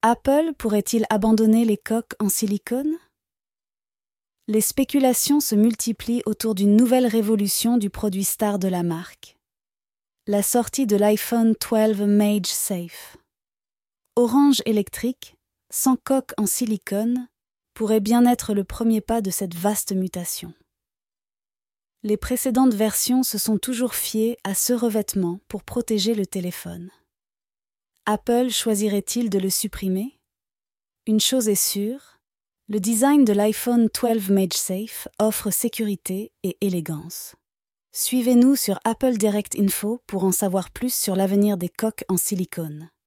Apple pourrait-il abandonner les coques en silicone ? Les spéculations se multiplient autour d'une nouvelle révolution du produit star de la marque. La sortie de l'iPhone 12 MagSafe. Orange électrique, sans coque en silicone, pourrait bien être le premier pas de cette vaste mutation. Les précédentes versions se sont toujours fiées à ce revêtement pour protéger le téléphone. Apple choisirait-il de le supprimer ? Une chose est sûre, le design de l'iPhone 12 MagSafe offre sécurité et élégance. Suivez-nous sur Apple Direct Info pour en savoir plus sur l'avenir des coques en silicone.